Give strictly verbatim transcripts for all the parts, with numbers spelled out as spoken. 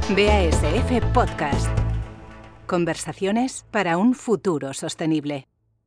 B A S F Podcast. Conversaciones para un futuro sostenible.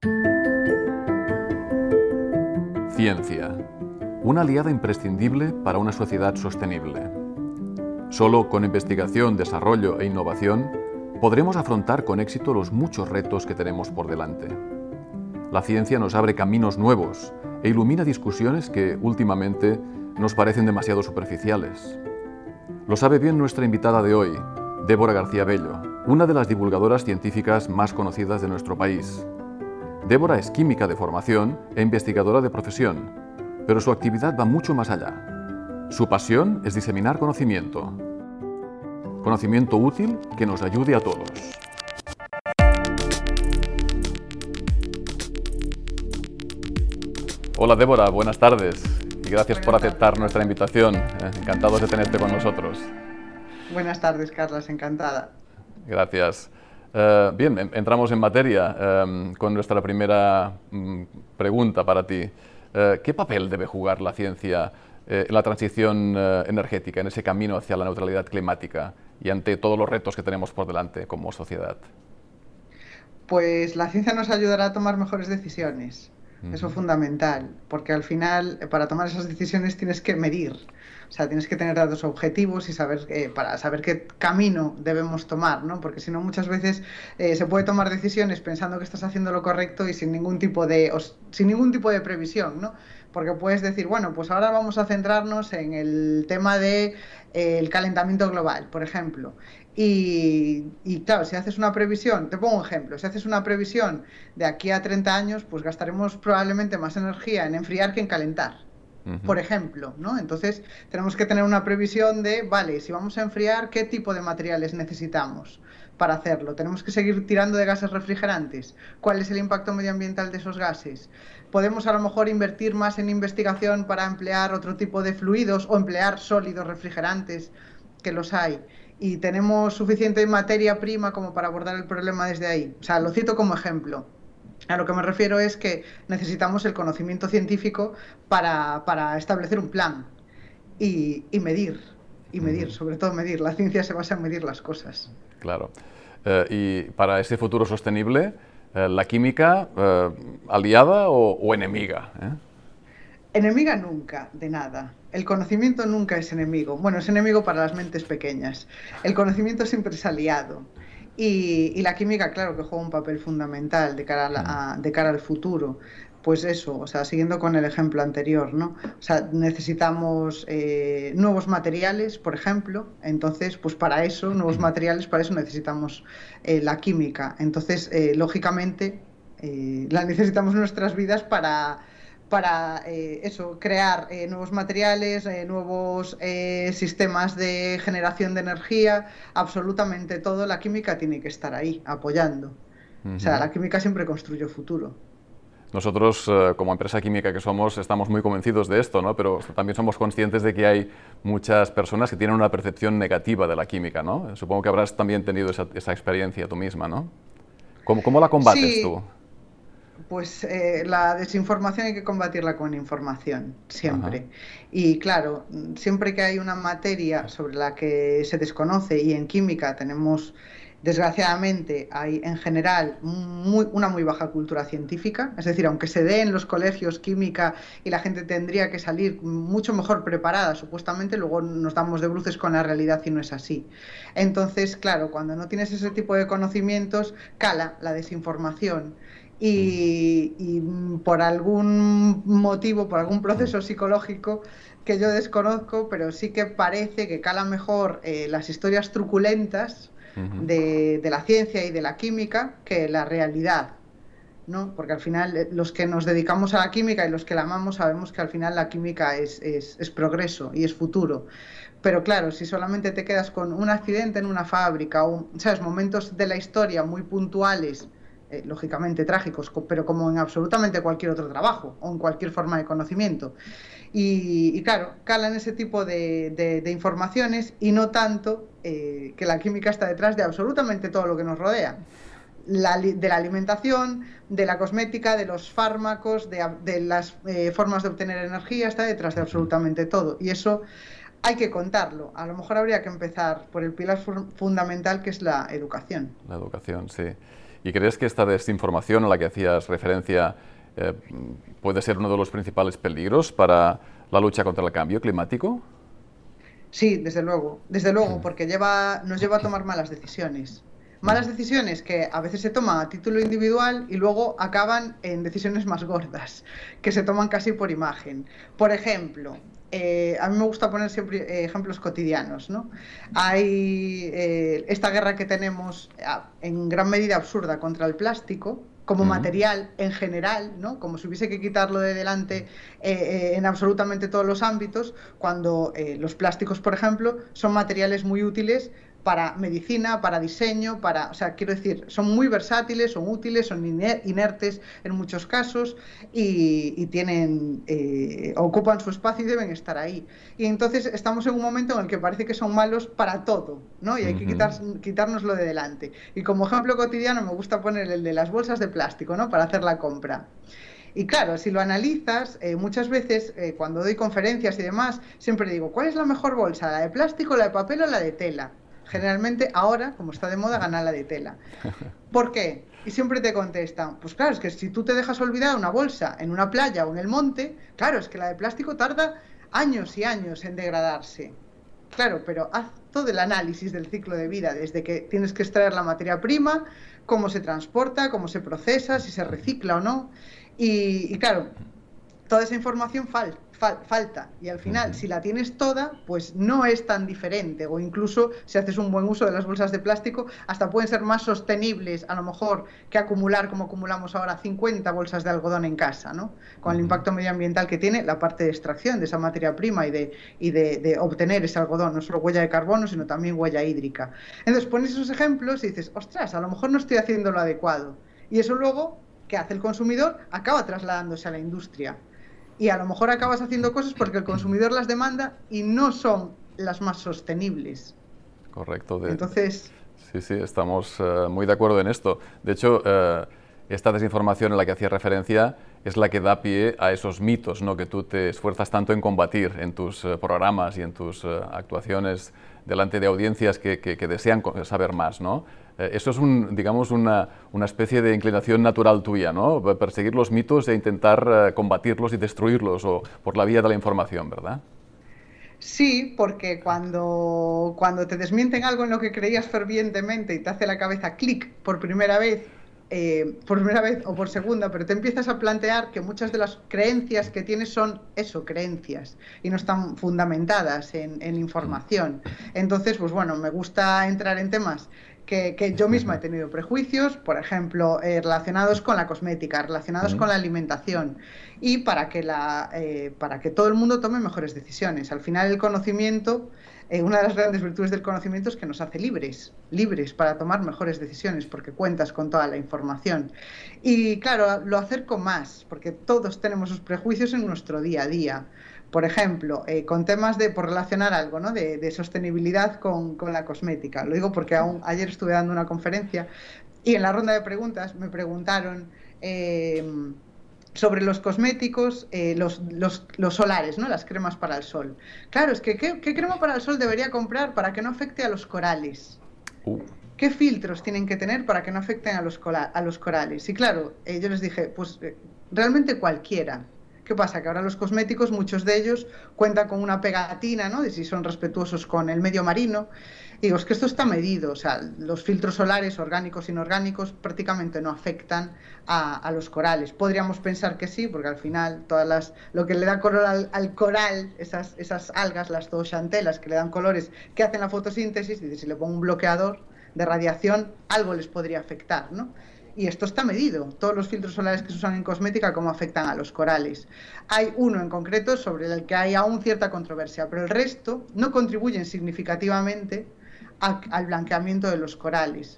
Ciencia. Una aliada imprescindible para una sociedad sostenible. Solo con investigación, desarrollo e innovación podremos afrontar con éxito los muchos retos que tenemos por delante. La ciencia nos abre caminos nuevos e ilumina discusiones que últimamente nos parecen demasiado superficiales. Lo sabe bien nuestra invitada de hoy, Débora García Bello, una de las divulgadoras científicas más conocidas de nuestro país. Débora es química de formación e investigadora de profesión, pero su actividad va mucho más allá. Su pasión es diseminar conocimiento. Conocimiento útil que nos ayude a todos. Hola Débora, buenas tardes y gracias buenas por aceptar tardes. Nuestra invitación. Eh, encantados de tenerte con nosotros. Buenas tardes, Carlas, encantada. Gracias. Uh, bien, entramos en materia uh, con nuestra primera um, pregunta para ti. Uh, ¿Qué papel debe jugar la ciencia uh, en la transición uh, energética, en ese camino hacia la neutralidad climática y ante todos los retos que tenemos por delante como sociedad? Pues la ciencia nos ayudará a tomar mejores decisiones. Uh-huh. Eso es fundamental, porque al final para tomar esas decisiones tienes que medir. O sea, tienes que tener datos objetivos y saber eh, para saber qué camino debemos tomar, ¿no? Porque si no, muchas veces eh, se puede tomar decisiones pensando que estás haciendo lo correcto y sin ningún tipo de o, sin ningún tipo de previsión, ¿no? Porque puedes decir, bueno, pues ahora vamos a centrarnos en el tema de eh, el calentamiento global, por ejemplo. Y, y claro, si haces una previsión, te pongo un ejemplo, si haces una previsión de aquí a treinta años, pues gastaremos probablemente más energía en enfriar que en calentar. Uh-huh. Por ejemplo, ¿no? Entonces tenemos que tener una previsión de, vale, si vamos a enfriar, ¿qué tipo de materiales necesitamos para hacerlo? ¿Tenemos que seguir tirando de gases refrigerantes? ¿Cuál es el impacto medioambiental de esos gases? ¿Podemos a lo mejor invertir más en investigación para emplear otro tipo de fluidos o emplear sólidos refrigerantes, que los hay? ¿Y tenemos suficiente materia prima como para abordar el problema desde ahí? O sea, lo cito como ejemplo. A lo que me refiero es que necesitamos el conocimiento científico para, para establecer un plan y, y medir, y medir, uh-huh. sobre todo medir. La ciencia se basa en medir las cosas. Claro. Eh, y para ese futuro sostenible, eh, ¿la química eh, aliada o, o enemiga? ¿eh? Enemiga nunca, de nada. El conocimiento nunca es enemigo. Bueno, es enemigo para las mentes pequeñas. El conocimiento siempre es aliado. Y, y la química, claro, que juega un papel fundamental de cara, a la, a, de cara al futuro. Pues eso, o sea, siguiendo con el ejemplo anterior, ¿no? O sea, necesitamos eh, nuevos materiales, por ejemplo. Entonces, pues para eso, nuevos materiales, para eso necesitamos eh, la química. Entonces, eh, lógicamente, eh, la necesitamos en nuestras vidas para... para eh, eso, crear eh, nuevos materiales, eh, nuevos eh, sistemas de generación de energía, absolutamente todo. La química tiene que estar ahí, apoyando. Uh-huh. O sea, la química siempre construye futuro. Nosotros, eh, como empresa química que somos, estamos muy convencidos de esto, ¿no? Pero también somos conscientes de que hay muchas personas que tienen una percepción negativa de la química, ¿no? Supongo que habrás también tenido esa, esa experiencia tú misma, ¿no? ¿Cómo, cómo la combates sí. tú? Pues eh, la desinformación hay que combatirla con información, siempre. Ajá. Y claro, siempre que hay una materia sobre la que se desconoce, y en química tenemos, desgraciadamente, hay en general muy, una muy baja cultura científica, es decir, aunque se dé en los colegios química y la gente tendría que salir mucho mejor preparada, supuestamente, luego nos damos de bruces con la realidad y no es así. Entonces, claro, cuando no tienes ese tipo de conocimientos, cala la desinformación. Y, y por algún motivo, por algún proceso psicológico que yo desconozco, pero sí que parece que cala mejor eh, las historias truculentas uh-huh. de, de la ciencia y de la química que la realidad, ¿no? Porque al final los que nos dedicamos a la química y los que la amamos sabemos que al final la química es, es, es progreso y es futuro. Pero claro, si solamente te quedas con un accidente en una fábrica o, ¿sabes?, momentos de la historia muy puntuales, Eh, lógicamente trágicos, pero como en absolutamente cualquier otro trabajo o en cualquier forma de conocimiento. Y, y claro, calan ese tipo de, de, de informaciones y no tanto eh, que la química está detrás de absolutamente todo lo que nos rodea. La, de la alimentación, de la cosmética, de los fármacos, de, de las eh, formas de obtener energía, está detrás de absolutamente todo. Y eso hay que contarlo. A lo mejor habría que empezar por el pilar fundamental, que es la educación. La educación, sí. ¿Y crees que esta desinformación a la que hacías referencia eh, puede ser uno de los principales peligros para la lucha contra el cambio climático? Sí, desde luego, desde luego, porque lleva, nos lleva a tomar malas decisiones. Malas decisiones que a veces se toman a título individual y luego acaban en decisiones más gordas, que se toman casi por imagen. Por ejemplo, eh, a mí me gusta poner siempre eh, ejemplos cotidianos, ¿no? Hay eh, esta guerra que tenemos en gran medida absurda contra el plástico, como uh-huh. material en general, ¿no? Como si hubiese que quitarlo de delante eh, eh, en absolutamente todos los ámbitos, cuando eh, los plásticos, por ejemplo, son materiales muy útiles para medicina, para diseño, para, o sea, quiero decir, son muy versátiles, son útiles, son inertes en muchos casos y, y tienen, eh, ocupan su espacio y deben estar ahí. Y entonces estamos en un momento en el que parece que son malos para todo, ¿no? Y hay que quitar, quitárnoslo de delante. Y como ejemplo cotidiano me gusta poner el de las bolsas de plástico, ¿no? Para hacer la compra. Y claro, si lo analizas, eh, muchas veces eh, cuando doy conferencias y demás, siempre digo, ¿cuál es la mejor bolsa? ¿La de plástico, la de papel o la de tela? Generalmente ahora, como está de moda, gana la de tela. ¿Por qué? Y siempre te contestan, pues claro, es que si tú te dejas olvidar una bolsa en una playa o en el monte, claro, es que la de plástico tarda años y años en degradarse. Claro, pero haz todo el análisis del ciclo de vida, desde que tienes que extraer la materia prima, cómo se transporta, cómo se procesa, si se recicla o no. Y, y claro, toda esa información falta. falta y al final uh-huh. si la tienes toda pues no es tan diferente, o incluso si haces un buen uso de las bolsas de plástico hasta pueden ser más sostenibles a lo mejor que acumular como acumulamos ahora cincuenta bolsas de algodón en casa, ¿no? Con uh-huh. el impacto medioambiental que tiene la parte de extracción de esa materia prima y de, y de, de obtener ese algodón, no solo huella de carbono sino también huella hídrica. Entonces pones esos ejemplos y dices, ostras, a lo mejor no estoy haciendo lo adecuado, y eso luego, ¿qué hace el consumidor? Acaba trasladándose a la industria. Y a lo mejor acabas haciendo cosas porque el consumidor las demanda y no son las más sostenibles. Correcto. De, Entonces... Sí, sí, estamos uh, muy de acuerdo en esto. De hecho, uh, esta desinformación en la que hacía referencia es la que da pie a esos mitos, ¿no? Que tú te esfuerzas tanto en combatir en tus uh, programas y en tus uh, actuaciones delante de audiencias que, que, que desean saber más, ¿no? Eso es, un, digamos, una, una especie de inclinación natural tuya, ¿no? Perseguir los mitos e intentar uh, combatirlos y destruirlos o por la vía de la información, ¿verdad? Sí, porque cuando, cuando te desmienten algo en lo que creías fervientemente y te hace la cabeza clic por primera vez, eh, por primera vez o por segunda, pero te empiezas a plantear que muchas de las creencias que tienes son eso, creencias, y no están fundamentadas en, en información. Entonces, pues bueno, me gusta entrar en temas Que, que yo misma he tenido prejuicios, por ejemplo, eh, relacionados con la cosmética, relacionados uh-huh. con la alimentación, y para que, la, eh, para que todo el mundo tome mejores decisiones. Al final el conocimiento, eh, una de las grandes virtudes del conocimiento es que nos hace libres, libres para tomar mejores decisiones, porque cuentas con toda la información. Y claro, lo acerco más, porque todos tenemos sus prejuicios en nuestro día a día. Por ejemplo, eh, con temas de, por relacionar algo, ¿no? de, de sostenibilidad con, con la cosmética. Lo digo porque aún, ayer estuve dando una conferencia y en la ronda de preguntas me preguntaron eh, sobre los cosméticos, eh, los, los, los solares, ¿no? Las cremas para el sol. Claro, es que ¿qué, qué crema para el sol debería comprar para que no afecte a los corales? Uh. ¿Qué filtros tienen que tener para que no afecten a los, cola, a los corales? Y claro, eh, yo les dije, pues eh, realmente cualquiera. ¿Qué pasa? Que ahora los cosméticos, muchos de ellos, cuentan con una pegatina, ¿no? De si son respetuosos con el medio marino. Y digo, es que esto está medido. O sea, los filtros solares, orgánicos e inorgánicos, prácticamente no afectan a, a los corales. Podríamos pensar que sí, porque al final todas las, lo que le da color al, al coral, esas, esas algas, las zooxantelas, que le dan colores, que hacen la fotosíntesis, y si le pongo un bloqueador de radiación, algo les podría afectar, ¿no? Y esto está medido, todos los filtros solares que se usan en cosmética, cómo afectan a los corales. Hay uno en concreto sobre el que hay aún cierta controversia, pero el resto no contribuyen significativamente a, al blanqueamiento de los corales.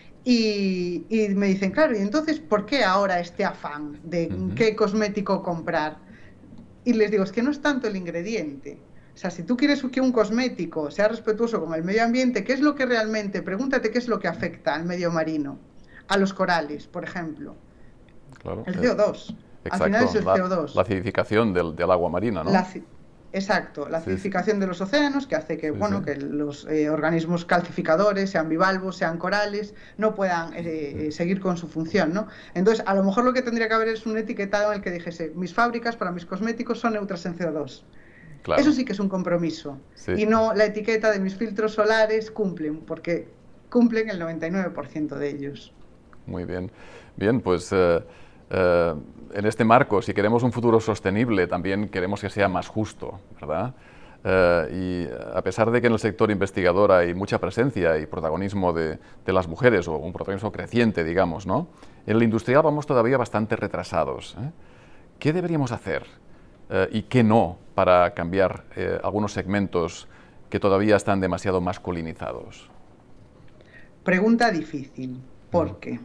Y, y me dicen, claro, ¿y entonces por qué ahora este afán de uh-huh. qué cosmético comprar? Y les digo, es que no es tanto el ingrediente. O sea, si tú quieres que un cosmético sea respetuoso con el medio ambiente, ¿qué es lo que realmente? Pregúntate qué es lo que afecta al medio marino. A los corales, por ejemplo. Claro, el C O dos. Exacto, al final es el la, C O dos. La acidificación del, del agua marina, ¿no? La, Exacto, la Sí, sí. acidificación de los océanos, que hace que, Sí, bueno, sí. que los eh, organismos calcificadores, sean bivalvos, sean corales, no puedan eh, seguir con su función, ¿no? Entonces, a lo mejor lo que tendría que haber es un etiquetado en el que dijese, mis fábricas para mis cosméticos son neutras en C O dos. Eso Claro. sí que es un compromiso. Sí. Y no la etiqueta de mis filtros solares cumplen, porque cumplen el noventa y nueve por ciento de ellos. Muy bien. Bien, pues eh, eh, en este marco, si queremos un futuro sostenible, también queremos que sea más justo, ¿verdad? Eh, y a pesar de que en el sector investigador hay mucha presencia y protagonismo de, de las mujeres, o un protagonismo creciente, digamos, ¿no? En el industrial vamos todavía bastante retrasados, ¿eh? ¿Qué deberíamos hacer eh, y qué no para cambiar eh, algunos segmentos que todavía están demasiado masculinizados? Pregunta difícil, porque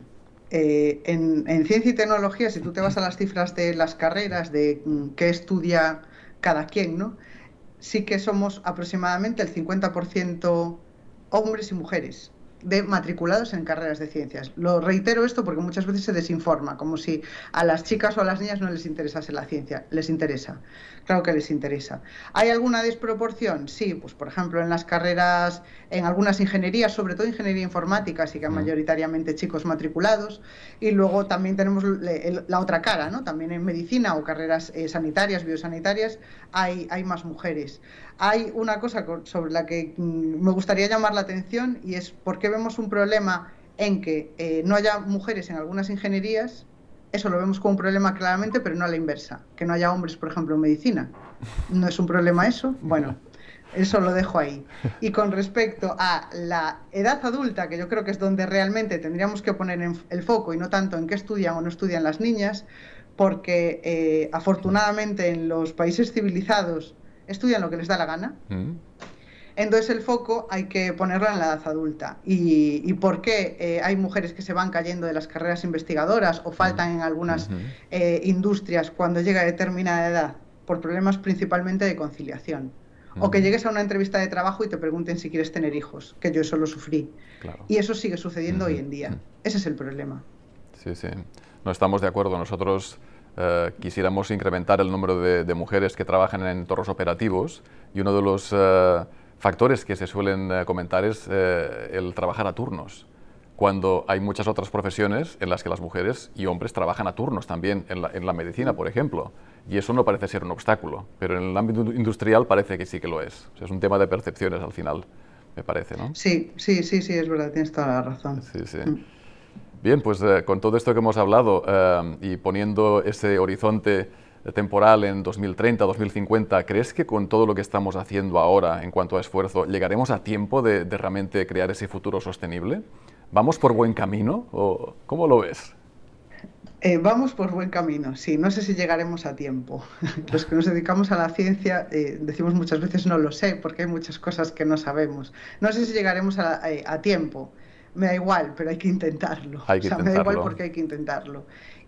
eh, en, en ciencia y tecnología, si tú te vas a las cifras de las carreras, de mm, qué estudia cada quien, ¿no? Sí que somos aproximadamente el cincuenta por ciento hombres y mujeres de matriculados en carreras de ciencias. Lo reitero esto porque muchas veces se desinforma, como si a las chicas o a las niñas no les interesase la ciencia. Les interesa, claro que les interesa. ¿Hay alguna desproporción? Sí, pues por ejemplo en las carreras, en algunas ingenierías, sobre todo ingeniería informática, sí que hay mayoritariamente chicos matriculados, y luego también tenemos la otra cara, ¿no? También en medicina o carreras eh, sanitarias, biosanitarias, hay, hay más mujeres. Hay una cosa sobre la que me gustaría llamar la atención, y es por qué vemos un problema en que eh, no haya mujeres en algunas ingenierías. Eso lo vemos como un problema claramente, pero no a la inversa. Que no haya hombres, por ejemplo, en medicina. ¿No es un problema eso? Bueno, eso lo dejo ahí. Y con respecto a la edad adulta, que yo creo que es donde realmente tendríamos que poner el foco y no tanto en qué estudian o no estudian las niñas, porque eh, afortunadamente en los países civilizados estudian lo que les da la gana. Mm. Entonces el foco hay que ponerlo en la edad adulta. ¿Y, y por qué eh, hay mujeres que se van cayendo de las carreras investigadoras o faltan en algunas uh-huh. eh, industrias cuando llega a determinada edad? Por problemas principalmente de conciliación. Uh-huh. O que llegues a una entrevista de trabajo y te pregunten si quieres tener hijos, que yo eso lo sufrí. Claro. Y eso sigue sucediendo uh-huh. hoy en día. Uh-huh. Ese es el problema. Sí, sí. No estamos de acuerdo. Nosotros eh, quisiéramos incrementar el número de, de mujeres que trabajan en entornos operativos, y uno de los eh, factores que se suelen eh, comentar es eh, el trabajar a turnos, cuando hay muchas otras profesiones en las que las mujeres y hombres trabajan a turnos también, en la, en la medicina, por ejemplo, y eso no parece ser un obstáculo, pero en el ámbito industrial parece que sí que lo es. O sea, es un tema de percepciones al final, me parece, ¿no? Sí, sí, sí, sí, es verdad, tienes toda la razón. Sí, sí. Mm. Bien, pues eh, con todo esto que hemos hablado eh, y poniendo ese horizonte temporal en dos mil treinta, dos mil cincuenta, ¿crees que con todo lo que estamos haciendo ahora en cuanto a esfuerzo llegaremos a tiempo de, de realmente crear ese futuro sostenible? ¿Vamos por buen camino o cómo lo ves? Eh, vamos por buen camino, sí. No sé si llegaremos a tiempo. Los que nos dedicamos a la ciencia eh, decimos muchas veces no lo sé, porque hay muchas cosas que no sabemos. No sé si llegaremos a, a, a tiempo. Me da igual, pero hay que intentarlo. Hay que o sea, intentarlo. Me da igual porque hay que intentarlo.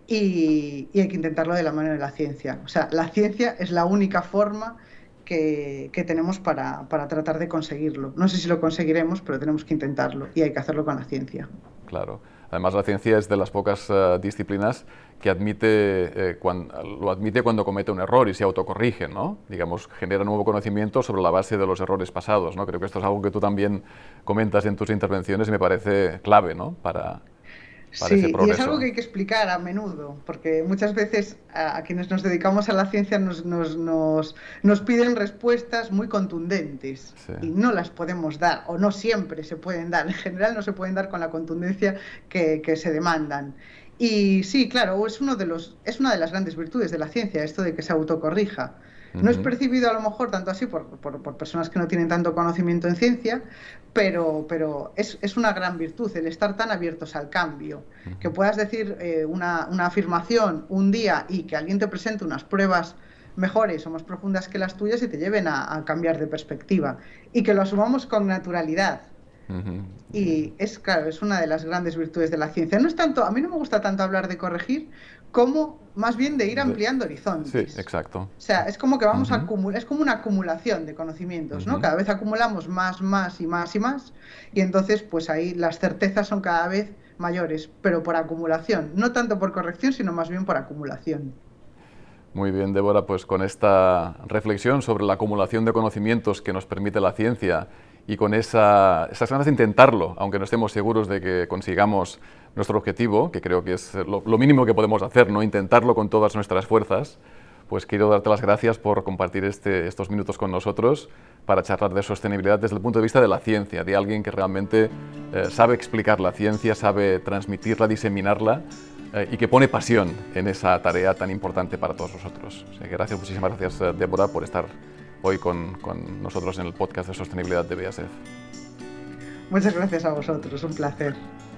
Y, y hay que intentarlo de la mano de la ciencia. O sea, la ciencia es la única forma que, que tenemos para, para tratar de conseguirlo. No sé si lo conseguiremos, pero tenemos que intentarlo y hay que hacerlo con la ciencia. Claro. Además, la ciencia es de las pocas uh, disciplinas que admite, eh, cuando, lo admite cuando comete un error y se autocorrige, ¿no? Digamos, genera nuevo conocimiento sobre la base de los errores pasados, ¿no? Creo que esto es algo que tú también comentas en tus intervenciones y me parece clave, ¿no? Para, para sí, ese progreso. Y es algo que hay que explicar a menudo, porque muchas veces a, a quienes nos dedicamos a la ciencia nos, nos, nos, nos piden respuestas muy contundentes sí. y no las podemos dar, o no siempre se pueden dar, en general no se pueden dar con la contundencia que, que se demandan. Y sí, claro, es, uno de los, es una de las grandes virtudes de la ciencia, esto de que se autocorrija. No es percibido a lo mejor tanto así por, por, por personas que no tienen tanto conocimiento en ciencia, pero, pero es, es una gran virtud el estar tan abiertos al cambio. Uh-huh. Que puedas decir eh, una, una afirmación un día y que alguien te presente unas pruebas mejores o más profundas que las tuyas y te lleven a, a cambiar de perspectiva. Y que lo asumamos con naturalidad. Uh-huh. Y es, claro, es una de las grandes virtudes de la ciencia. No es tanto, a mí no me gusta tanto hablar de corregir, como más bien de ir ampliando horizontes. Sí, exacto. O sea, es como que vamos uh-huh. a acumular, es como una acumulación de conocimientos, ¿no? Uh-huh. Cada vez acumulamos más, más y más y más, y entonces pues ahí las certezas son cada vez mayores, pero por acumulación, no tanto por corrección, sino más bien por acumulación. Muy bien, Débora, pues con esta reflexión sobre la acumulación de conocimientos que nos permite la ciencia y con esa, esas ganas de intentarlo, aunque no estemos seguros de que consigamos nuestro objetivo, que creo que es lo, lo mínimo que podemos hacer, ¿no? Intentarlo con todas nuestras fuerzas, pues quiero darte las gracias por compartir este, estos minutos con nosotros para charlar de sostenibilidad desde el punto de vista de la ciencia, de alguien que realmente eh, sabe explicar la ciencia, sabe transmitirla, diseminarla, Eh, y que pone pasión en esa tarea tan importante para todos nosotros. O sea que gracias, muchísimas gracias, Débora, por estar hoy con, con nosotros en el podcast de sostenibilidad de B A S F. Muchas gracias a vosotros, un placer.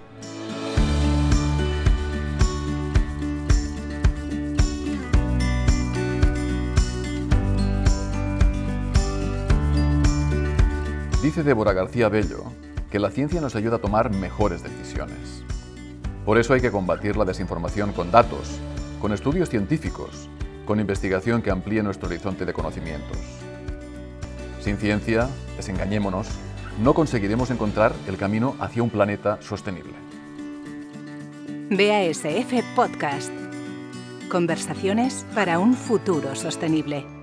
Dice Débora García Bello que la ciencia nos ayuda a tomar mejores decisiones. Por eso hay que combatir la desinformación con datos, con estudios científicos, con investigación que amplíe nuestro horizonte de conocimientos. Sin ciencia, desengañémonos, no conseguiremos encontrar el camino hacia un planeta sostenible. B A S F Podcast. Conversaciones para un futuro sostenible.